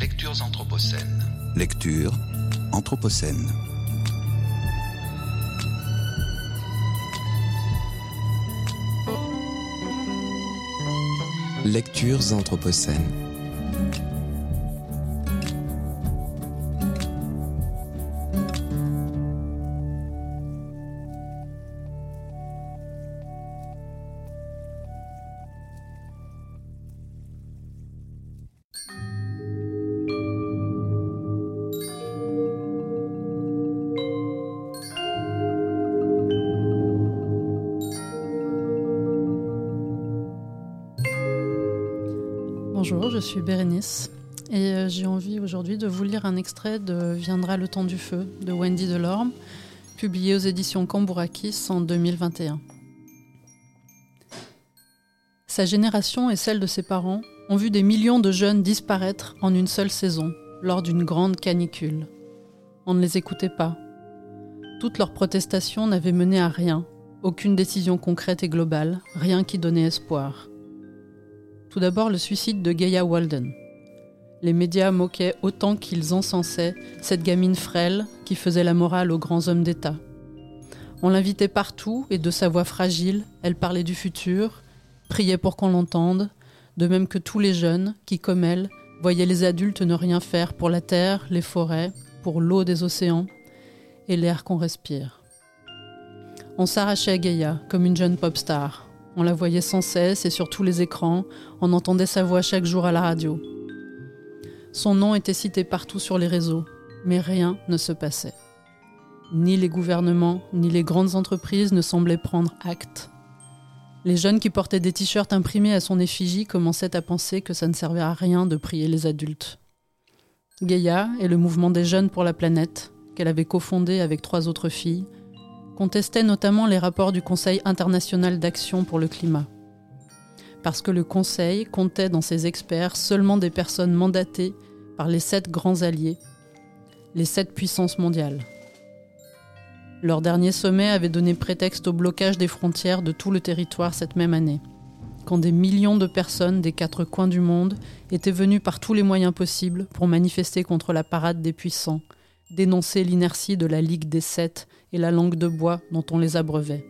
Lectures anthropocènes. Lecture anthropocène. Lectures anthropocènes. Bonjour, je suis Bérénice et j'ai envie aujourd'hui de vous lire un extrait de Viendra le temps du feu de Wendy Delorme, publié aux éditions Cambourakis en 2021. Sa génération et celle de ses parents ont vu des millions de jeunes disparaître en une seule saison, lors d'une grande canicule. On ne les écoutait pas. Toutes leurs protestations n'avaient mené à rien, aucune décision concrète et globale, rien qui donnait espoir. Tout d'abord, le suicide de Gaia Walden. Les médias moquaient autant qu'ils encensaient cette gamine frêle qui faisait la morale aux grands hommes d'État. On l'invitait partout et de sa voix fragile, elle parlait du futur, priait pour qu'on l'entende, de même que tous les jeunes qui, comme elle, voyaient les adultes ne rien faire pour la terre, les forêts, pour l'eau des océans et l'air qu'on respire. On s'arrachait à Gaia comme une jeune pop star. On la voyait sans cesse et sur tous les écrans, on entendait sa voix chaque jour à la radio. Son nom était cité partout sur les réseaux, mais rien ne se passait. Ni les gouvernements, ni les grandes entreprises ne semblaient prendre acte. Les jeunes qui portaient des t-shirts imprimés à son effigie commençaient à penser que ça ne servait à rien de prier les adultes. Gaia et le mouvement des jeunes pour la planète, qu'elle avait cofondé avec 3 autres filles, contestait notamment les rapports du Conseil international d'action pour le climat. Parce que le Conseil comptait dans ses experts seulement des personnes mandatées par les 7 grands alliés, les 7 puissances mondiales. Leur dernier sommet avait donné prétexte au blocage des frontières de tout le territoire cette même année, quand des millions de personnes des 4 coins du monde étaient venues par tous les moyens possibles pour manifester contre la parade des puissants, dénoncer l'inertie de la Ligue des 7 et la langue de bois dont on les abreuvait.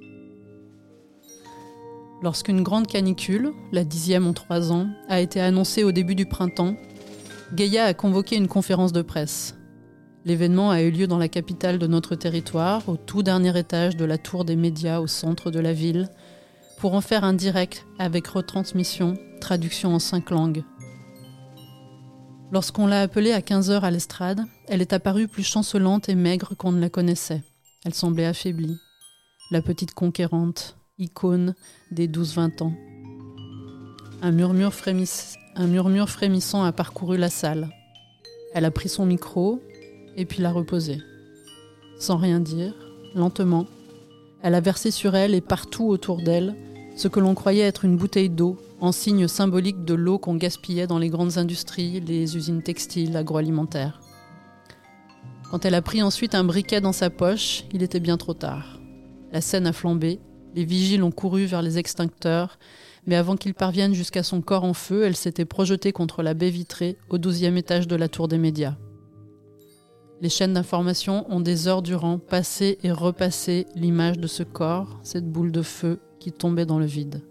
Lorsqu'une grande canicule, la 10e en 3 ans, a été annoncée au début du printemps, Gaia a convoqué une conférence de presse. L'événement a eu lieu dans la capitale de notre territoire, au tout dernier étage de la tour des médias au centre de la ville, pour en faire un direct avec retransmission, traduction en 5 langues. Lorsqu'on l'a appelée à 15h à l'estrade, elle est apparue plus chancelante et maigre qu'on ne la connaissait. Elle semblait affaiblie. La petite conquérante, icône des 12-20 ans. Un murmure frémissant a parcouru la salle. Elle a pris son micro et puis l'a reposé. Sans rien dire, lentement, elle a versé sur elle et partout autour d'elle ce que l'on croyait être une bouteille d'eau, en signe symbolique de l'eau qu'on gaspillait dans les grandes industries, les usines textiles, agroalimentaires. Quand elle a pris ensuite un briquet dans sa poche, il était bien trop tard. La scène a flambé, les vigiles ont couru vers les extincteurs, mais avant qu'ils parviennent jusqu'à son corps en feu, elle s'était projetée contre la baie vitrée au 12e étage de la tour des médias. Les chaînes d'information ont des heures durant passé et repassé l'image de ce corps, cette boule de feu qui tombait dans le vide.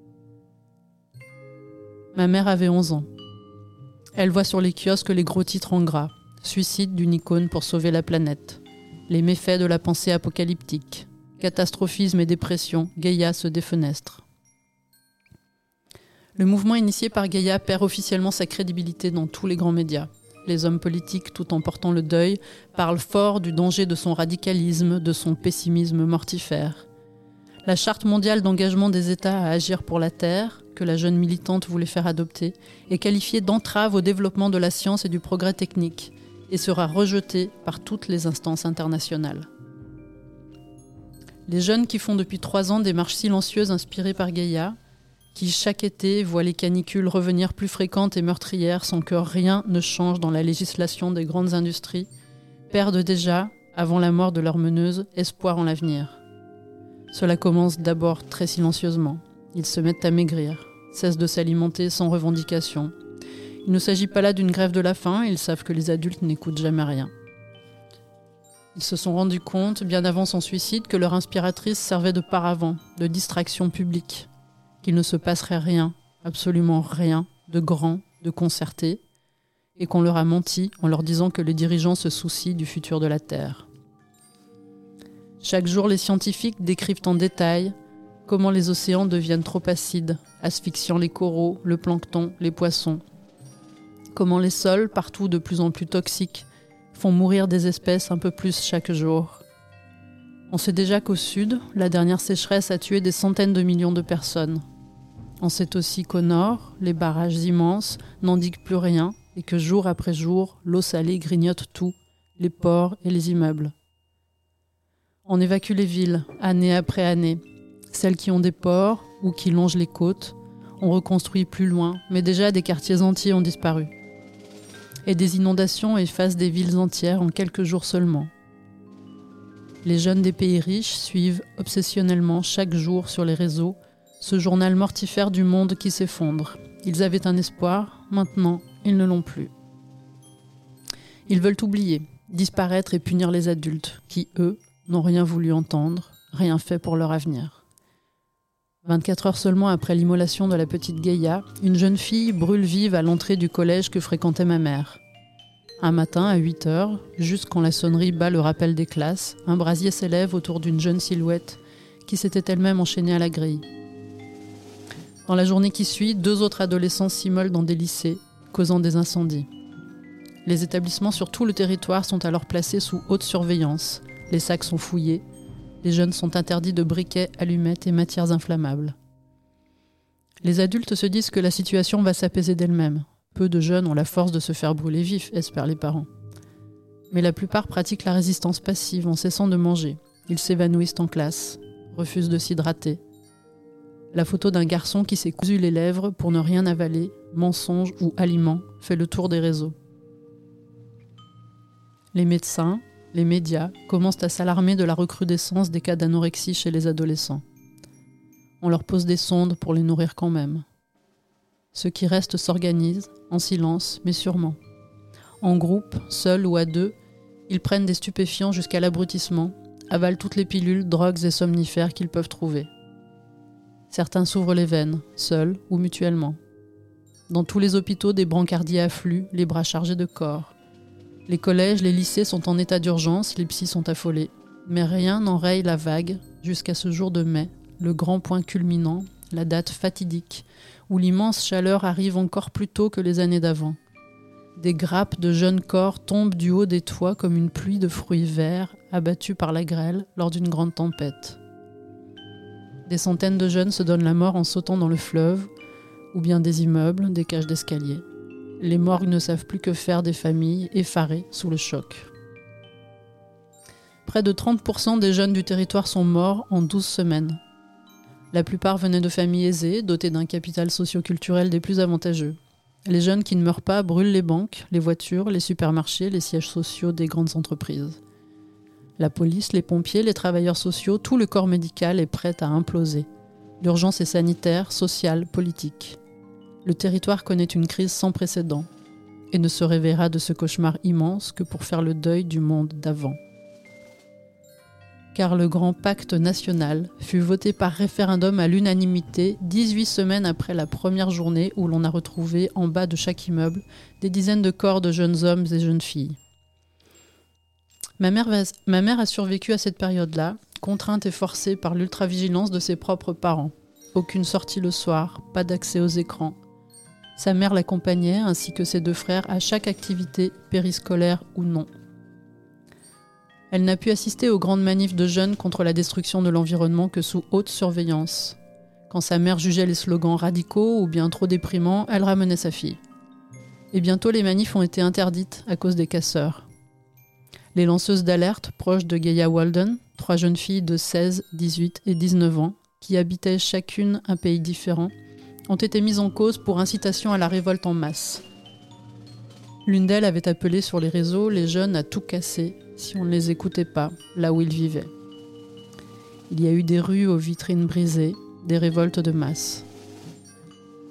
Ma mère avait 11 ans. Elle voit sur les kiosques les gros titres en gras. Suicide d'une icône pour sauver la planète. Les méfaits de la pensée apocalyptique. Catastrophisme et dépression, Gaia se défenestre. Le mouvement initié par Gaia perd officiellement sa crédibilité dans tous les grands médias. Les hommes politiques, tout en portant le deuil, parlent fort du danger de son radicalisme, de son pessimisme mortifère. La charte mondiale d'engagement des États à agir pour la Terre, que la jeune militante voulait faire adopter, est qualifiée d'entrave au développement de la science et du progrès technique et sera rejetée par toutes les instances internationales. Les jeunes qui font depuis 3 ans des marches silencieuses inspirées par Gaia, qui chaque été voient les canicules revenir plus fréquentes et meurtrières sans que rien ne change dans la législation des grandes industries, perdent déjà, avant la mort de leur meneuse, espoir en l'avenir. Cela commence d'abord très silencieusement. Ils se mettent à maigrir, cessent de s'alimenter sans revendication. Il ne s'agit pas là d'une grève de la faim, ils savent que les adultes n'écoutent jamais rien. Ils se sont rendus compte, bien avant son suicide, que leur inspiratrice servait de paravent, de distraction publique, qu'il ne se passerait rien, absolument rien, de grand, de concerté, et qu'on leur a menti en leur disant que les dirigeants se soucient du futur de la Terre. Chaque jour, les scientifiques décrivent en détail comment les océans deviennent trop acides, asphyxiant les coraux, le plancton, les poissons. Comment les sols, partout de plus en plus toxiques, font mourir des espèces un peu plus chaque jour. On sait déjà qu'au sud, la dernière sécheresse a tué des centaines de millions de personnes. On sait aussi qu'au nord, les barrages immenses n'endiguent plus rien et que jour après jour, l'eau salée grignote tout, les ports et les immeubles. On évacue les villes, année après année. Celles qui ont des ports ou qui longent les côtes, on reconstruit plus loin, mais déjà des quartiers entiers ont disparu. Et des inondations effacent des villes entières en quelques jours seulement. Les jeunes des pays riches suivent obsessionnellement chaque jour sur les réseaux ce journal mortifère du monde qui s'effondre. Ils avaient un espoir, maintenant ils ne l'ont plus. Ils veulent oublier, disparaître et punir les adultes qui, eux, n'ont rien voulu entendre, rien fait pour leur avenir. 24 heures seulement après l'immolation de la petite Gaïa, une jeune fille brûle vive à l'entrée du collège que fréquentait ma mère. Un matin, à 8 heures, juste quand la sonnerie bat le rappel des classes, un brasier s'élève autour d'une jeune silhouette qui s'était elle-même enchaînée à la grille. Dans la journée qui suit, 2 autres adolescents s'immolent dans des lycées, causant des incendies. Les établissements sur tout le territoire sont alors placés sous haute surveillance. Les sacs sont fouillés. Les jeunes sont interdits de briquets, allumettes et matières inflammables. Les adultes se disent que la situation va s'apaiser d'elle-même. Peu de jeunes ont la force de se faire brûler vifs, espèrent les parents. Mais la plupart pratiquent la résistance passive en cessant de manger. Ils s'évanouissent en classe, refusent de s'hydrater. La photo d'un garçon qui s'est cousu les lèvres pour ne rien avaler, mensonge ou aliment, fait le tour des réseaux. Les médecins, les médias commencent à s'alarmer de la recrudescence des cas d'anorexie chez les adolescents. On leur pose des sondes pour les nourrir quand même. Ceux qui restent s'organisent, en silence, mais sûrement. En groupe, seuls ou à 2, ils prennent des stupéfiants jusqu'à l'abrutissement, avalent toutes les pilules, drogues et somnifères qu'ils peuvent trouver. Certains s'ouvrent les veines, seuls ou mutuellement. Dans tous les hôpitaux, des brancardiers affluent, les bras chargés de corps. Les collèges, les lycées sont en état d'urgence, les psys sont affolés. Mais rien n'enraye la vague jusqu'à ce jour de mai, le grand point culminant, la date fatidique, où l'immense chaleur arrive encore plus tôt que les années d'avant. Des grappes de jeunes corps tombent du haut des toits comme une pluie de fruits verts abattus par la grêle lors d'une grande tempête. Des centaines de jeunes se donnent la mort en sautant dans le fleuve, ou bien des immeubles, des cages d'escalier. Les morgues ne savent plus que faire des familles effarées sous le choc. Près de 30% des jeunes du territoire sont morts en 12 semaines. La plupart venaient de familles aisées, dotées d'un capital socio-culturel des plus avantageux. Les jeunes qui ne meurent pas brûlent les banques, les voitures, les supermarchés, les sièges sociaux des grandes entreprises. La police, les pompiers, les travailleurs sociaux, tout le corps médical est prêt à imploser. L'urgence est sanitaire, sociale, politique. Le territoire connaît une crise sans précédent et ne se réveillera de ce cauchemar immense que pour faire le deuil du monde d'avant. Car le grand pacte national fut voté par référendum à l'unanimité 18 semaines après la première journée où l'on a retrouvé en bas de chaque immeuble des dizaines de corps de jeunes hommes et jeunes filles. Ma mère a survécu à cette période-là, contrainte et forcée par l'ultravigilance de ses propres parents. Aucune sortie le soir, pas d'accès aux écrans. Sa mère l'accompagnait, ainsi que ses 2 frères, à chaque activité, périscolaire ou non. Elle n'a pu assister aux grandes manifs de jeunes contre la destruction de l'environnement que sous haute surveillance. Quand sa mère jugeait les slogans radicaux ou bien trop déprimants, elle ramenait sa fille. Et bientôt les manifs ont été interdites à cause des casseurs. Les lanceuses d'alerte, proches de Gaïa Walden, 3 jeunes filles de 16, 18 et 19 ans, qui habitaient chacune un pays différent, ont été mises en cause pour incitation à la révolte en masse. L'une d'elles avait appelé sur les réseaux les jeunes à tout casser si on ne les écoutait pas là où ils vivaient. Il y a eu des rues aux vitrines brisées, des révoltes de masse.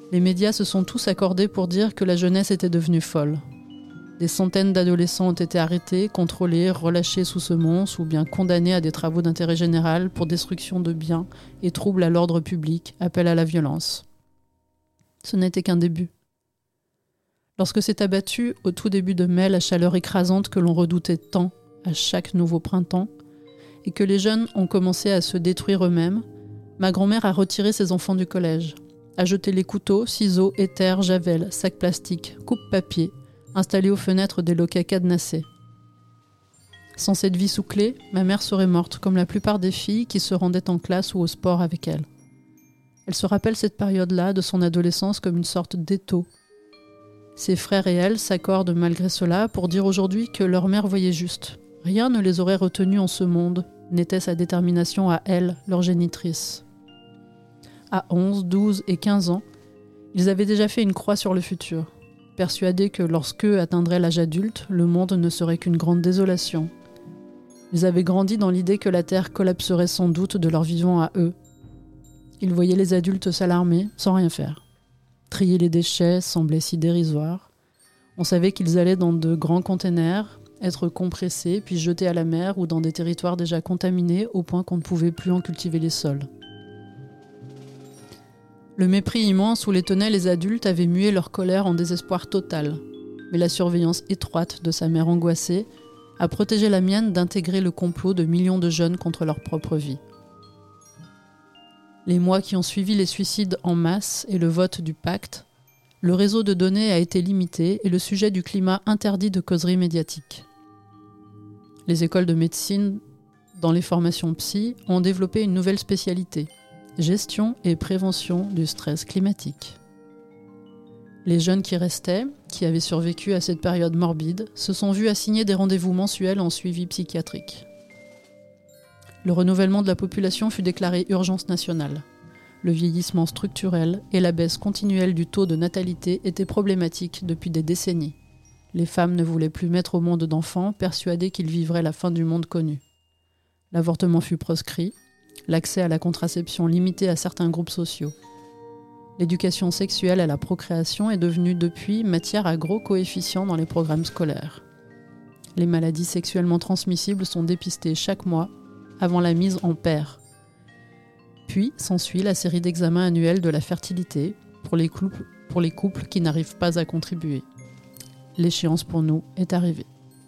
Les médias se sont tous accordés pour dire que la jeunesse était devenue folle. Des centaines d'adolescents ont été arrêtés, contrôlés, relâchés sous semonce ou bien condamnés à des travaux d'intérêt général pour destruction de biens et troubles à l'ordre public, appel à la violence. Ce n'était qu'un début. Lorsque s'est abattue au tout début de mai la chaleur écrasante que l'on redoutait tant à chaque nouveau printemps, et que les jeunes ont commencé à se détruire eux-mêmes, ma grand-mère a retiré ses enfants du collège, a jeté les couteaux, ciseaux, éthers, javel, sacs plastiques, coupe-papier, installés aux fenêtres des locaux cadenassés. Sans cette vie sous clé, ma mère serait morte, comme la plupart des filles qui se rendaient en classe ou au sport avec elle. Elle se rappelle cette période-là de son adolescence comme une sorte d'étau. Ses frères et elle s'accordent malgré cela pour dire aujourd'hui que leur mère voyait juste. Rien ne les aurait retenus en ce monde, n'était sa détermination à elle, leur génitrice. À 11, 12 et 15 ans, ils avaient déjà fait une croix sur le futur, persuadés que lorsqu'eux atteindraient l'âge adulte, le monde ne serait qu'une grande désolation. Ils avaient grandi dans l'idée que la Terre collapserait sans doute de leur vivant à eux. Ils voyaient les adultes s'alarmer sans rien faire. Trier les déchets semblait si dérisoire. On savait qu'ils allaient dans de grands containers, être compressés puis jetés à la mer ou dans des territoires déjà contaminés au point qu'on ne pouvait plus en cultiver les sols. Le mépris immense où les tenaient les adultes avait mué leur colère en désespoir total, mais la surveillance étroite de sa mère angoissée a protégé la mienne d'intégrer le complot de millions de jeunes contre leur propre vie. Les mois qui ont suivi les suicides en masse et le vote du pacte, le réseau de données a été limité et le sujet du climat interdit de causerie médiatique. Les écoles de médecine, dans les formations psy, ont développé une nouvelle spécialité, gestion et prévention du stress climatique. Les jeunes qui restaient, qui avaient survécu à cette période morbide, se sont vus assigner des rendez-vous mensuels en suivi psychiatrique. Le renouvellement de la population fut déclaré urgence nationale. Le vieillissement structurel et la baisse continuelle du taux de natalité étaient problématiques depuis des décennies. Les femmes ne voulaient plus mettre au monde d'enfants, persuadées qu'ils vivraient la fin du monde connu. L'avortement fut proscrit, l'accès à la contraception limité à certains groupes sociaux. L'éducation sexuelle à la procréation est devenue depuis matière à gros coefficients dans les programmes scolaires. Les maladies sexuellement transmissibles sont dépistées chaque mois avant la mise en paire. Puis s'ensuit la série d'examens annuels de la fertilité pour les couples qui n'arrivent pas à contribuer. L'échéance pour nous est arrivée.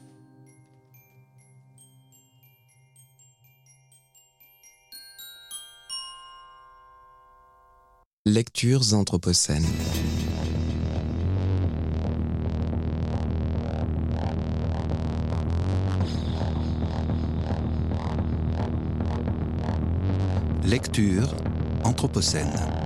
Lectures anthropocènes. Lecture anthropocène.